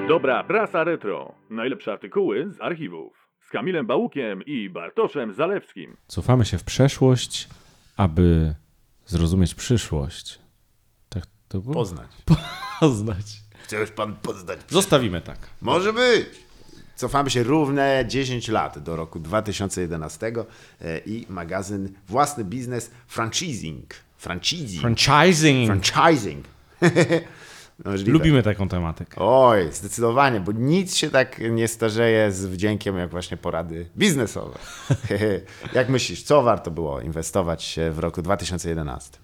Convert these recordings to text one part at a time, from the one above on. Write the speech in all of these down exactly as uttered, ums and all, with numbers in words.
Dobra prasa retro. Najlepsze artykuły z archiwów. Z Kamilem Bałukiem i Bartoszem Zalewskim. Cofamy się w przeszłość, aby zrozumieć przyszłość. Tak to było? Poznać. Poznać. Chce już pan poznać. Zostawimy tak. Może być. Cofamy się równe dziesięć lat do roku dwa tysiące jedenastego i magazyn Własny Biznes Franchising. Franchising. Franchising. Franchising. Możliwe. Lubimy taką tematykę. Oj, zdecydowanie, bo nic się tak nie starzeje z wdziękiem jak właśnie porady biznesowe. Jak myślisz, co warto było inwestować w roku dwa tysiące jedenastym?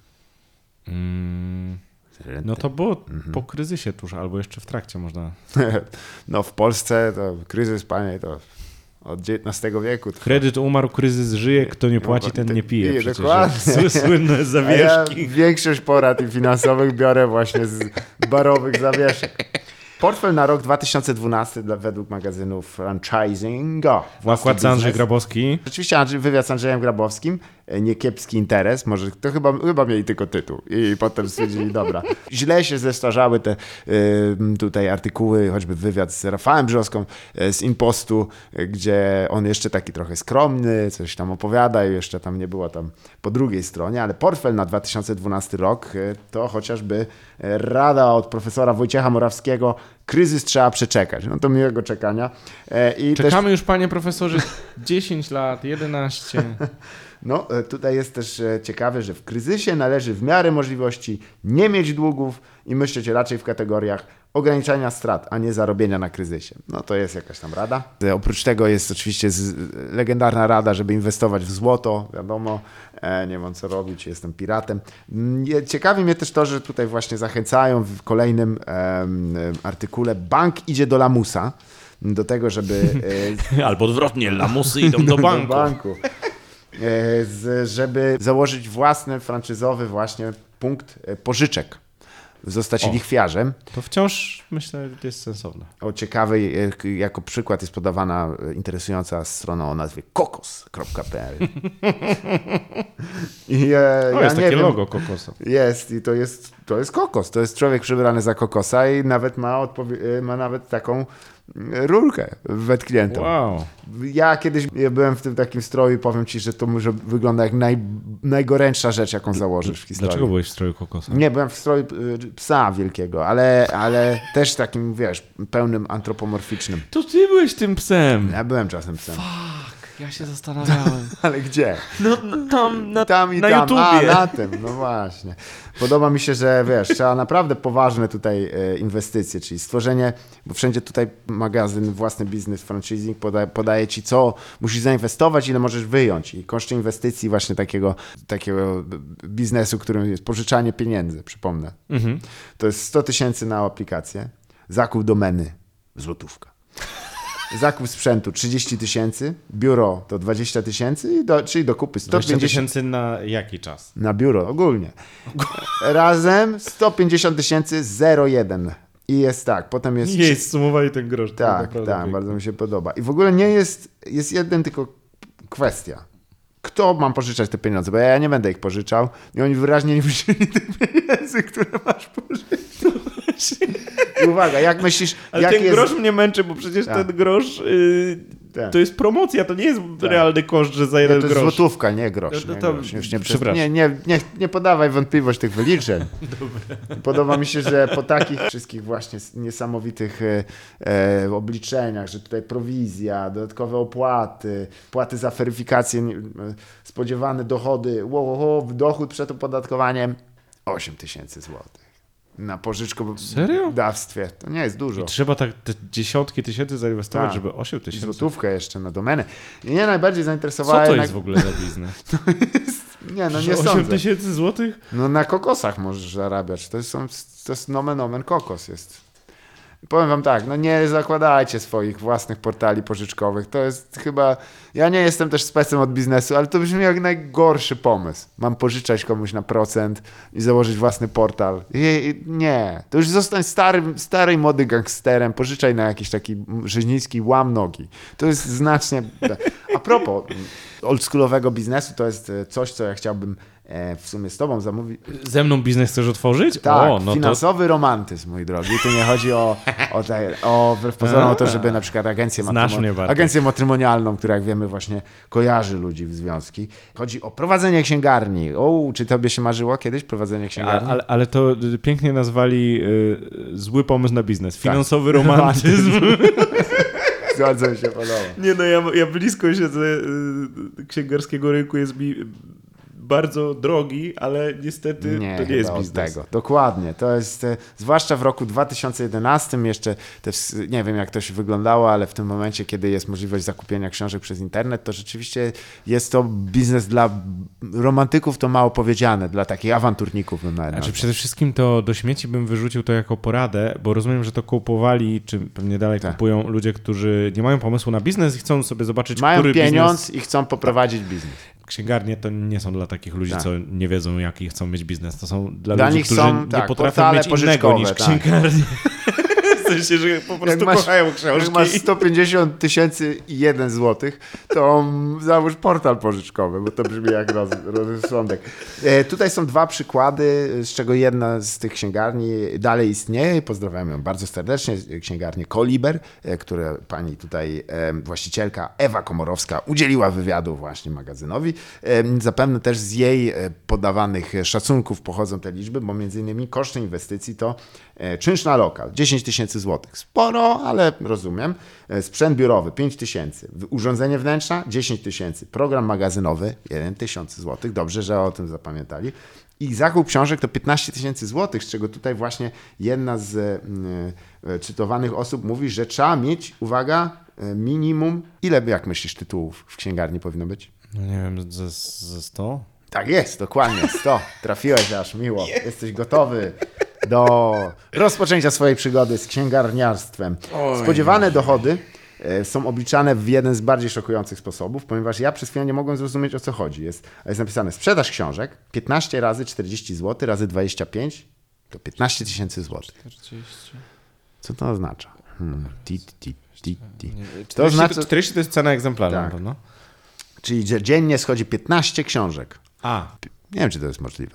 Mm, no to było mhm. po kryzysie tuż, albo jeszcze w trakcie można. No w Polsce to kryzys, panie, to od dziewiętnastego wieku. Trwa. Kredyt umarł, kryzys żyje, kto nie płaci, ten nie pije. pije przecież dokładnie. Słynne zawieszki. Ja większość porad finansowych biorę właśnie z barowych zawieszek. Portfel na rok dwa tysiące dwunasty dla, według magazynu Franchising. Nakład Andrzej Grabowski. Rzeczywiście Andrzej, wywiad z Andrzejem Grabowskim. Niekiepski interes. Może to chyba, chyba mieli tylko tytuł. I potem stwierdzili, dobra. Źle się zestarzały te y, tutaj artykuły, choćby wywiad z Rafałem Brzoską y, z Impostu, y, gdzie on jeszcze taki trochę skromny, coś tam opowiada i jeszcze tam nie było tam po drugiej stronie, ale portfel na dwa tysiące dwunasty rok y, to chociażby rada od profesora Wojciecha Morawskiego. Kryzys trzeba przeczekać. No to miłego czekania. Y, i Czekamy też... już, panie profesorze, dziesięć lat, jedenaście. No, tutaj jest też ciekawe, że w kryzysie należy w miarę możliwości nie mieć długów i myśleć raczej w kategoriach ograniczania strat, a nie zarobienia na kryzysie. No to jest jakaś tam rada. Oprócz tego jest oczywiście legendarna rada, żeby inwestować w złoto, wiadomo, nie mam co robić, jestem piratem. Ciekawi mnie też to, że tutaj właśnie zachęcają w kolejnym um, artykule bank idzie do lamusa, do tego, żeby... Albo odwrotnie, lamusy idą do banku. do banku. Żeby założyć własny franczyzowy właśnie punkt pożyczek, zostać o, lichwiarzem. To wciąż myślę, że jest sensowne. O ciekawej, jako przykład jest podawana interesująca strona o nazwie kokos kropka p l. I, e, o, ja jest nie takie wiem, logo kokosa. Jest i to jest, to jest kokos. To jest człowiek przebrany za kokosa i nawet ma, odpowie- ma nawet taką rurkę wetkniętą. Wow. Ja kiedyś byłem w tym takim stroju i powiem ci, że to może wygląda jak naj, najgorętsza rzecz, jaką założysz w historii. Dlaczego byłeś w stroju kokosa? Nie, byłem w stroju psa wielkiego, ale, ale też takim, wiesz, pełnym antropomorficznym. To ty byłeś tym psem. Ja byłem czasem psem. Fuck, ja się zastanawiałem. Ale gdzie? No, no tam, na, tam i na tam. YouTubie. A, na tym, no właśnie. Podoba mi się, że wiesz, trzeba naprawdę poważne tutaj e, inwestycje, czyli stworzenie, bo wszędzie tutaj magazyn Własny Biznes Franchising podaje, podaje ci, co musisz zainwestować, ile możesz wyjąć. I koszty inwestycji właśnie takiego, takiego biznesu, którym jest pożyczanie pieniędzy, przypomnę. Mhm. To jest sto tysięcy na aplikację, zakup domeny, złotówka. Zakup sprzętu trzydzieści tysięcy, biuro to dwadzieścia tysięcy, do, czyli do kupy sto pięćdziesiąt tysięcy na jaki czas? Na biuro, ogólnie. Razem sto pięćdziesiąt tysięcy, zero jeden. I jest tak, potem jest... Nie jest sumowali ten grosz. Tak, tak, pięknie. Bardzo mi się podoba. I w ogóle nie jest, jest jeden tylko kwestia. Kto mam pożyczać te pieniądze? Bo ja nie będę ich pożyczał i oni wyraźnie nie wzięli tych pieniędzy, które masz pożyczyć. I uwaga, jak myślisz... Ale jak ten jest... grosz mnie męczy, bo przecież tak. ten grosz yy, tak. to jest promocja, to nie jest tak. realny koszt, że za jeden nie, to grosz. jest złotówka, nie grosz. No, nie, to, grosz. Już nie, przepraszam. Nie, nie, nie, nie podawaj wątpliwość tych wyliczeń. Podoba mi się, że po takich wszystkich właśnie niesamowitych e, e, obliczeniach, że tutaj prowizja, dodatkowe opłaty, płaty za weryfikację, e, spodziewane dochody, wow, wow, wow, dochód przed opodatkowaniem osiem tysięcy złotych. Na pożyczkodawstwie. To nie jest dużo. I trzeba tak te dziesiątki tysięcy zainwestować, tak. żeby osiem tysięcy. Złotówkę jeszcze na domenę. I mnie najbardziej zainteresowała... Co to jednak... jest w ogóle za biznes? to jest... Nie, no nie osiem sądzę. tysięcy złotych? No na kokosach możesz zarabiać. To jest, to jest nomen omen kokos jest. Powiem wam tak, no nie zakładajcie swoich własnych portali pożyczkowych. To jest chyba... Ja nie jestem też specem od biznesu, ale to brzmi jak najgorszy pomysł. Mam pożyczać komuś na procent i założyć własny portal. I, i, nie. To już zostań starym, starej młody gangsterem. Pożyczaj na jakiś taki rzeźnicki łam nogi. To jest znacznie... A propos... oldschoolowego biznesu to jest e, coś, co ja chciałbym e, w sumie z tobą zamówić. Ze mną biznes chcesz otworzyć? Tak, o, no finansowy romantyzm, mój drogi. Tu nie chodzi o, o, te, o wbrew pozorom o to, żeby na przykład agencję, Znasz mnie matrymo- bardziej. agencję matrymonialną, która jak wiemy właśnie kojarzy ludzi w związki. Chodzi o prowadzenie księgarni. O, czy tobie się marzyło kiedyś prowadzenie A, księgarni? ale, ale to y, pięknie nazwali y, zły pomysł na biznes. Tak. Finansowy romantyzm. Bardzo mi się podoba. Nie no, ja, ja blisko siedzę y, księgarskiego rynku, jest mi bardzo drogi, ale niestety to nie jest chyba od biznes. tego. Dokładnie. To jest, e, zwłaszcza w roku dwa tysiące jedenastym jeszcze, te, ws- nie wiem jak to się wyglądało, ale w tym momencie, kiedy jest możliwość zakupienia książek przez internet, to rzeczywiście jest to biznes dla romantyków, to mało powiedziane, dla takich awanturników bym nawet Znaczy nazwał. przede wszystkim to do śmieci bym wyrzucił to jako poradę, bo rozumiem, że to kupowali, czy pewnie dalej Tak. kupują ludzie, którzy nie mają pomysłu na biznes i chcą sobie zobaczyć, Mają który pieniądz biznes... i chcą poprowadzić biznes. Księgarnie to nie są dla takich ludzi, Tak. co nie wiedzą, jaki chcą mieć biznes. To są dla, Dla ludzi, nich którzy są, nie tak, potrafią portale mieć innego pożyczkowe, niż tak. księgarnie. W sensie, że po prostu masz- kochają Jak książki. masz sto pięćdziesiąt tysięcy i jeden złotych, to mm, załóż portal pożyczkowy, bo to brzmi jak roz, rozsądek. E, tutaj są dwa przykłady, z czego jedna z tych księgarni dalej istnieje. Pozdrawiam ją bardzo serdecznie. Księgarnię Koliber, e, które pani tutaj e, właścicielka Ewa Komorowska udzieliła wywiadu właśnie magazynowi. E, zapewne też z jej e, podawanych szacunków pochodzą te liczby, bo między innymi koszty inwestycji to e, czynsz na lokal dziesięć tysięcy złotych. Sporo, ale rozumiem. E, Sprzęt biurowy pięć tysięcy. Urządzenie wnętrza dziesięć tysięcy. Program magazynowy jeden tysiąc złotych. Dobrze, że o tym zapamiętali. I zakup książek to piętnaście tysięcy złotych, z czego tutaj właśnie jedna z e, e, cytowanych osób mówi, że trzeba mieć, uwaga, e, minimum, ile, jak myślisz, tytułów w księgarni powinno być? No nie wiem, ze, ze sto? Tak jest, dokładnie, sto. Trafiłeś aż, miło. Jesteś gotowy do rozpoczęcia swojej przygody z księgarniarstwem. Spodziewane dochody e, są obliczane w jeden z bardziej szokujących sposobów, ponieważ ja przez chwilę nie mogłem zrozumieć, o co chodzi. Jest, jest napisane sprzedaż książek piętnaście razy czterdzieści złotych razy dwadzieścia pięć to piętnaście tysięcy złotych. czterdzieści. Co to oznacza? Hmm. Ti, ti, ti, ti. To czterdzieści, znaczy, czterdzieści to jest cena egzemplarza, Tak. prawda? czyli że dziennie schodzi piętnaście książek. A, Nie wiem, czy to jest możliwe.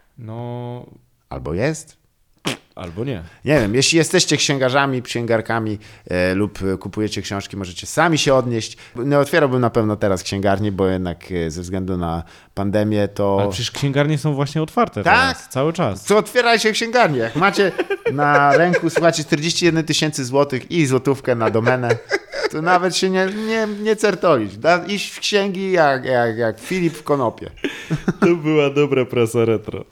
no Albo jest? albo nie. Nie wiem, jeśli jesteście księgarzami, księgarkami e, lub e, kupujecie książki, możecie sami się odnieść. Nie otwierałbym na pewno teraz księgarni, bo jednak e, ze względu na pandemię to... Ale przecież księgarnie są właśnie otwarte Tak? teraz, cały czas. Co otwierajcie księgarnię. Jak macie na ręku, słuchajcie, czterdzieści jeden tysięcy złotych i złotówkę na domenę, to nawet się nie, nie, nie certolić. Da, iść w księgi jak, jak, jak Filip w konopie. To była dobra prasa retro.